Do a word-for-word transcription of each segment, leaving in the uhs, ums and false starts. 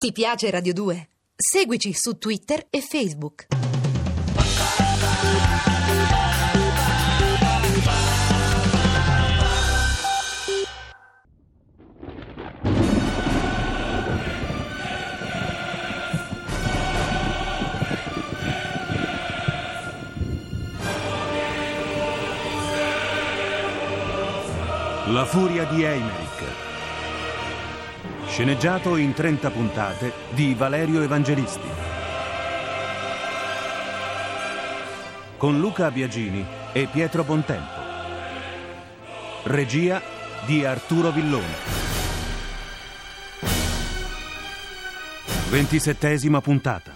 Ti piace Radio due? Seguici su Twitter e Facebook. La furia di Eymerich. Sceneggiato in trenta puntate di Valerio Evangelisti. Con Luca Biagini e Pietro Bontempo. Regia di Arturo Villone. Ventisettesima puntata.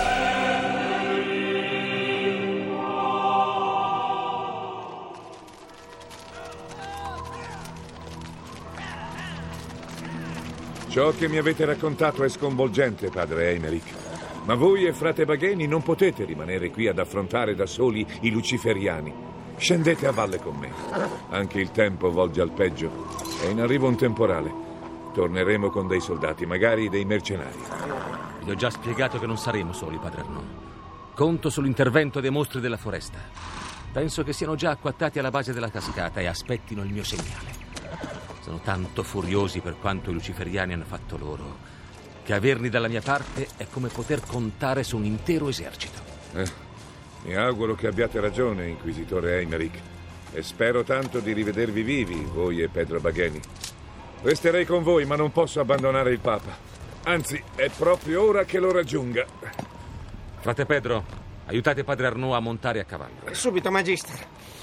Ciò che mi avete raccontato è sconvolgente, padre Eymerich. Ma voi e frate Bagheni non potete rimanere qui ad affrontare da soli i luciferiani. Scendete a valle con me. Anche il tempo volge al peggio. È in arrivo un temporale. Torneremo con dei soldati, magari dei mercenari. Vi ho già spiegato che non saremo soli, padre Arnaud. Conto sull'intervento dei mostri della foresta. Penso che siano già acquattati alla base della cascata e aspettino il mio segnale. Sono tanto furiosi per quanto i luciferiani hanno fatto loro, che averli dalla mia parte è come poter contare su un intero esercito. Eh, mi auguro che abbiate ragione, inquisitore Eymerich, e spero tanto di rivedervi vivi, voi e Pedro Bagheni. Resterei con voi, ma non posso abbandonare il Papa. Anzi, è proprio ora che lo raggiunga. Frate Pedro, aiutate padre Arnaud a montare a cavallo. Subito, magister.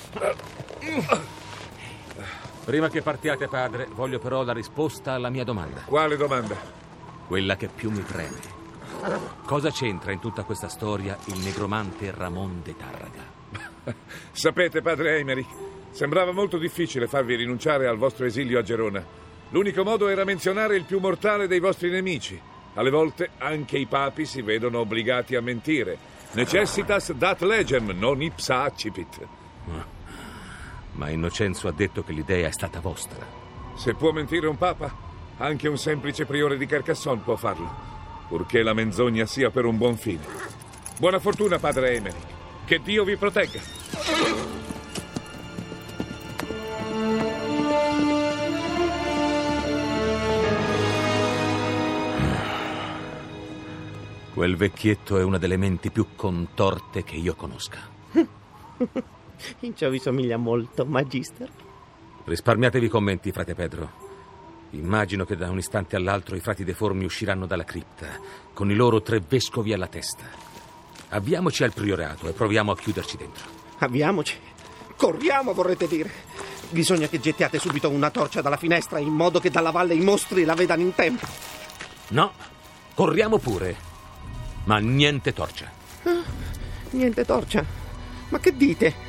Prima che partiate, padre, voglio però la risposta alla mia domanda. Quale domanda? Quella che più mi preme. Cosa c'entra in tutta questa storia il negromante Ramon de Tarraga? Sapete, padre Eymerich, sembrava molto difficile farvi rinunciare al vostro esilio a Gerona. L'unico modo era menzionare il più mortale dei vostri nemici. Alle volte anche i papi si vedono obbligati a mentire. Necessitas dat legem, non ipsa accipit. Ma Innocenzo ha detto che l'idea è stata vostra. Se può mentire un papa, anche un semplice priore di Carcassonne può farlo, purché la menzogna sia per un buon fine. Buona fortuna, padre Eymerich. Che Dio vi protegga. Quel vecchietto è una delle menti più contorte che io conosca. In ciò vi somiglia molto, magister. Risparmiatevi i commenti, frate Pedro. Immagino che da un istante all'altro i frati deformi usciranno dalla cripta, con i loro tre vescovi alla testa. Avviamoci al priorato e proviamo a chiuderci dentro. Avviamoci? Corriamo, vorrete dire? Bisogna che gettiate subito una torcia dalla finestra, in modo che dalla valle i mostri la vedano in tempo. No, corriamo pure, ma niente torcia. Ah, niente torcia? Ma che dite?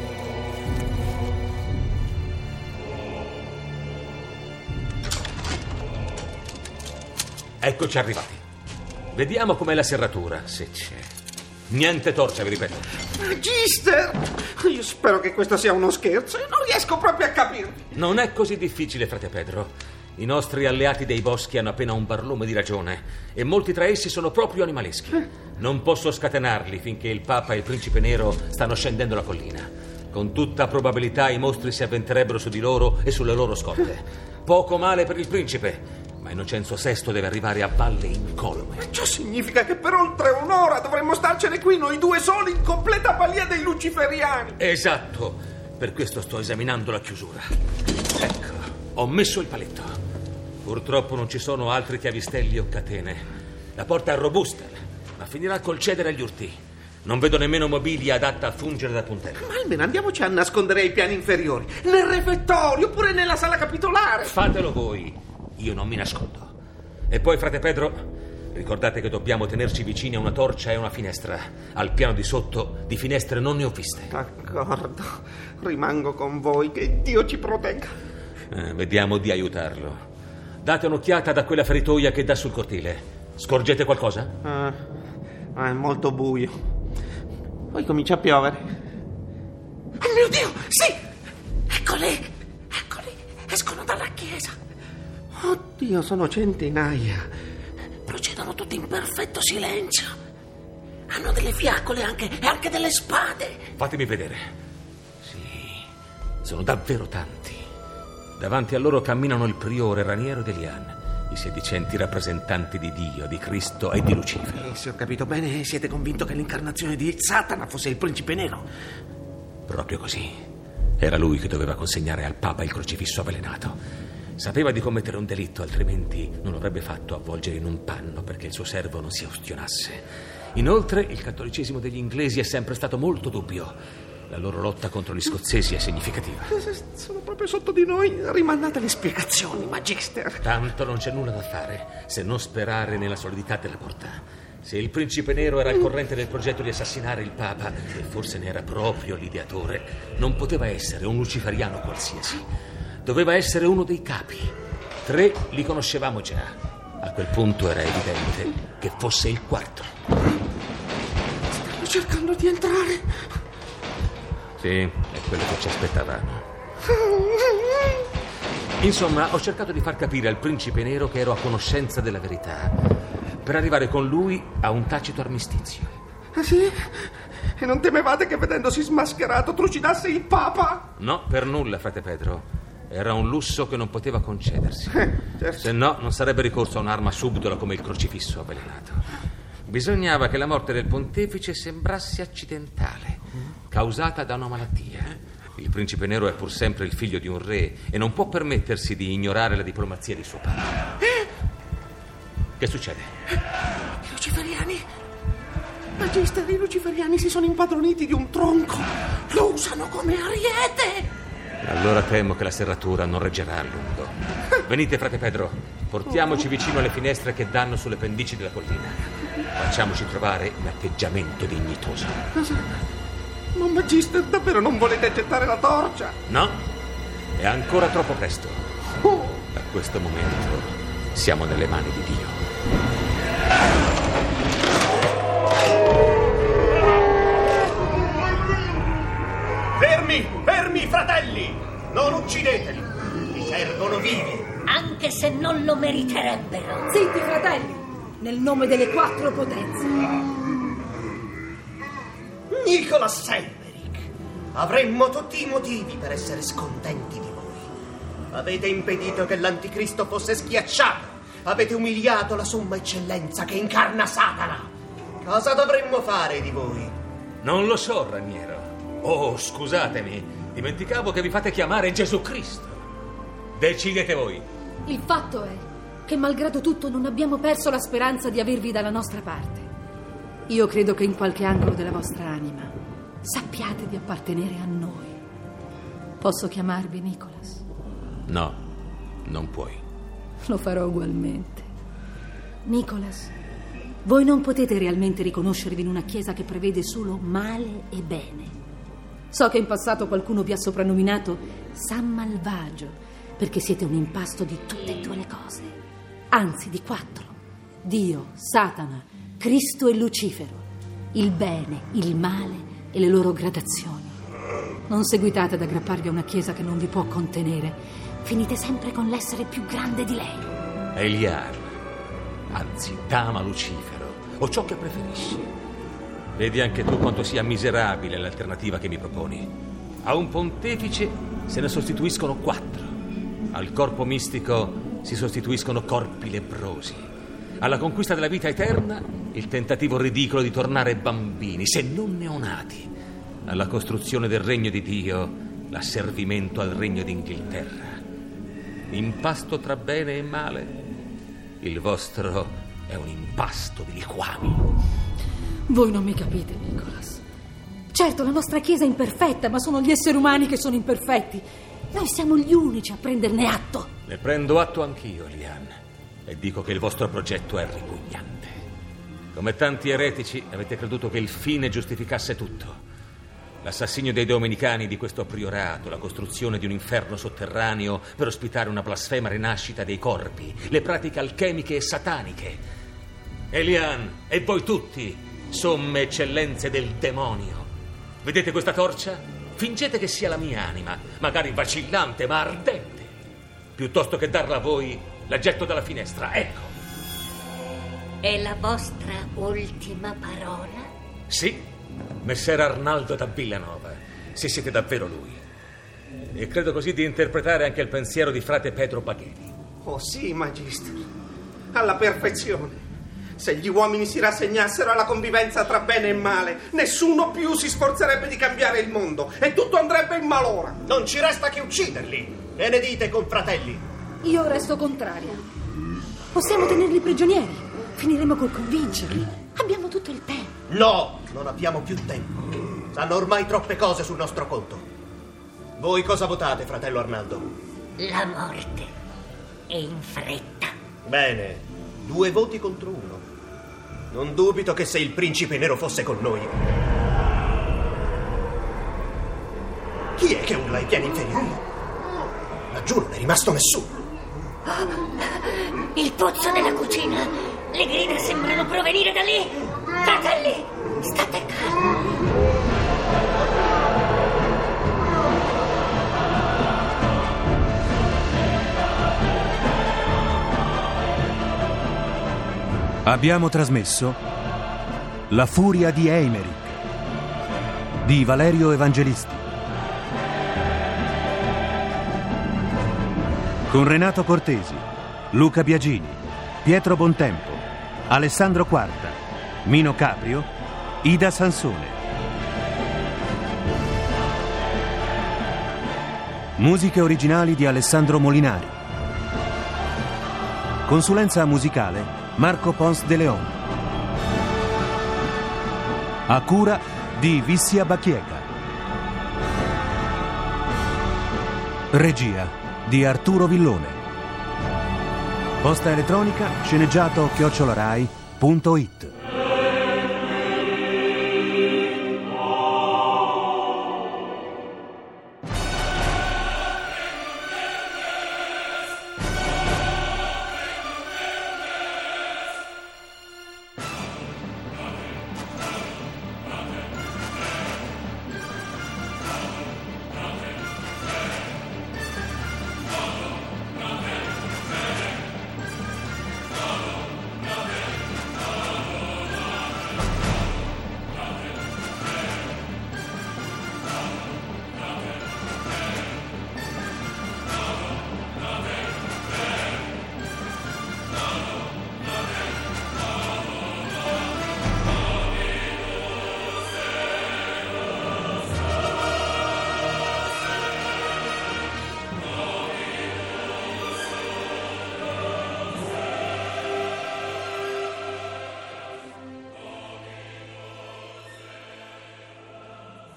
Eccoci arrivati. Vediamo com'è la serratura, se c'è. Niente torcia, vi ripeto. Magister! Io spero che questo sia uno scherzo. Non riesco proprio a capirvi. Non è così difficile, frate Pedro. I nostri alleati dei boschi hanno appena un barlume di ragione e molti tra essi sono proprio animaleschi. Non posso scatenarli finché il Papa e il Principe Nero stanno scendendo la collina. Con tutta probabilità i mostri si avventerebbero su di loro e sulle loro scorte. Poco male per il Principe, ma Innocenzo sesto deve arrivare a valle incolume. Ciò significa che per oltre un'ora dovremmo starcene qui noi due soli in completa balia dei luciferiani. Esatto, per questo sto esaminando la chiusura. Ecco, ho messo il paletto. Purtroppo non ci sono altri chiavistelli o catene. La porta è robusta, ma finirà col cedere agli urti. Non vedo nemmeno mobilia adatta a fungere da puntello. Ma almeno andiamoci a nascondere ai piani inferiori, nel refettorio oppure nella sala capitolare. Fatelo voi, io non mi nascondo. E poi, frate Pedro, ricordate che dobbiamo tenerci vicini a una torcia e a una finestra. Al piano di sotto di finestre non ne ho viste. D'accordo, rimango con voi, che Dio ci protegga. Eh, vediamo di aiutarlo. Date un'occhiata da quella feritoia che dà sul cortile. Scorgete qualcosa? Ah, è molto buio. Poi comincia a piovere. Oh mio Dio, sì! Eccoli! Eccoli! Escono dalla chiesa. Oddio, sono centinaia. Procedo recitano tutti in perfetto silenzio. Hanno delle fiaccole anche, e anche delle spade. Fatemi vedere. Sì, sono davvero tanti. Davanti a loro camminano il priore Raniero ed Eliane, i sedicenti rappresentanti di Dio, di Cristo e di Lucifero. Eh, se ho capito bene, siete convinto che l'incarnazione di Satana fosse il principe nero? Proprio così. Era lui che doveva consegnare al Papa il crocifisso avvelenato. Sapeva di commettere un delitto, altrimenti non avrebbe fatto avvolgere in un panno perché il suo servo non si ustionasse. Inoltre, il cattolicesimo degli inglesi è sempre stato molto dubbio. La loro lotta contro gli scozzesi è significativa. Sono proprio sotto di noi. Rimandate le spiegazioni, Magister. Tanto non c'è nulla da fare se non sperare nella solidità della portà. Se il principe nero era al corrente del progetto di assassinare il Papa, e forse ne era proprio l'ideatore, non poteva essere un luciferiano qualsiasi. Doveva essere uno dei capi. Tre li conoscevamo già. A quel punto era evidente che fosse il quarto. Stanno cercando di entrare. Sì, è quello che ci aspettavamo. Insomma, ho cercato di far capire al principe nero che ero a conoscenza della verità, per arrivare con lui a un tacito armistizio. Ah sì? E non temevate che vedendosi smascherato trucidasse il Papa? No, per nulla, frate Pedro. Era un lusso che non poteva concedersi. Eh, certo. Se no, non sarebbe ricorso a un'arma subdola come il crocifisso avvelenato. Bisognava che la morte del pontefice sembrasse accidentale, causata da una malattia. Il principe nero è pur sempre il figlio di un re e non può permettersi di ignorare la diplomazia di suo padre. Che succede? I luciferiani? Magister, i luciferiani si sono impadroniti di un tronco. Lo usano come ariete. Allora temo che la serratura non reggerà a lungo. Venite, frate Pedro, portiamoci vicino alle finestre che danno sulle pendici della collina. Facciamoci trovare un atteggiamento dignitoso. Ma Magister, davvero non volete accettare la torcia? No, è ancora troppo presto. Da questo momento siamo nelle mani di Dio. Fermi, fermi, fratelli! Non uccideteli! Vi servono vivi! Anche se non lo meriterebbero. Zitti, fratelli! Nel nome delle quattro potenze. Nicholas Emmerich, avremmo tutti i motivi per essere scontenti di voi. Avete impedito che l'anticristo fosse schiacciato. Avete umiliato la somma eccellenza che incarna Satana. Cosa dovremmo fare di voi? Non lo so, Raniero. Oh, scusatemi, dimenticavo che vi fate chiamare Gesù Cristo. Decidete voi. Il fatto è che malgrado tutto non abbiamo perso la speranza di avervi dalla nostra parte. Io credo che in qualche angolo della vostra anima sappiate di appartenere a noi. Posso chiamarvi Nicholas? No, non puoi. Lo farò ugualmente. Nicholas, voi non potete realmente riconoscervi in una chiesa che prevede solo male e bene. So che in passato qualcuno vi ha soprannominato San Malvagio, perché siete un impasto di tutte e due le cose. Anzi, di quattro. Dio, Satana, Cristo e Lucifero. Il bene, il male e le loro gradazioni. Non seguitate ad aggrapparvi a una chiesa che non vi può contenere. Finite sempre con l'essere più grande di lei. Eliane, anzi, Dama Lucifero, o ciò che preferisci. Vedi anche tu quanto sia miserabile l'alternativa che mi proponi. A un pontefice se ne sostituiscono quattro. Al corpo mistico si sostituiscono corpi lebbrosi. Alla conquista della vita eterna, il tentativo ridicolo di tornare bambini, se non neonati. Alla costruzione del regno di Dio, l'asservimento al regno d'Inghilterra. Impasto tra bene e male. Il vostro è un impasto di liquami. Voi non mi capite, Nicholas. Certo, la nostra chiesa è imperfetta, ma sono gli esseri umani che sono imperfetti. Noi siamo gli unici a prenderne atto. Ne prendo atto anch'io, Eliane, e dico che il vostro progetto è ripugnante. Come tanti eretici, avete creduto che il fine giustificasse tutto. L'assassinio dei domenicani di questo priorato, la costruzione di un inferno sotterraneo per ospitare una blasfema rinascita dei corpi, le pratiche alchemiche e sataniche. Eliane, e voi tutti, somme eccellenze del demonio. Vedete questa torcia? Fingete che sia la mia anima, magari vacillante ma ardente. Piuttosto che darla a voi, la getto dalla finestra, ecco. È la vostra ultima parola? Sì, messer Arnaldo da Villanova, se siete davvero lui. E credo così di interpretare anche il pensiero di frate Pedro Bagheni. Oh sì, Magister, alla perfezione. Se gli uomini si rassegnassero alla convivenza tra bene e male, nessuno più si sforzerebbe di cambiare il mondo e tutto andrebbe in malora. Non ci resta che ucciderli. E ne dite, confratelli? Io resto contraria. Possiamo tenerli prigionieri. Finiremo col convincerli. Abbiamo tutto il tempo. No, non abbiamo più tempo. Sanno ormai troppe cose sul nostro conto. Voi cosa votate, fratello Arnaldo? La morte. E in fretta. Bene, due voti contro uno. Non dubito che se il principe nero fosse con noi. Chi è che urla ai piani inferiori? Laggiù non è rimasto nessuno. Il pozzo nella cucina. Le grida sembrano provenire da lì. Fratelli, state calmi. Abbiamo trasmesso La furia di Eimerick di Valerio Evangelisti, con Renato Cortesi, Luca Biagini, Pietro Bontempo, Alessandro Quarta, Mino Caprio, Ida Sansone. Musiche originali di Alessandro Molinari. Consulenza musicale Marco Pons de Leon. A cura di Vissia Bacchieca. Regia di Arturo Villone. Posta elettronica sceneggiato chiocciolarai punto it.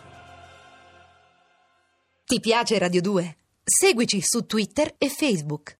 Ti piace Radio due? Seguici su Twitter e Facebook.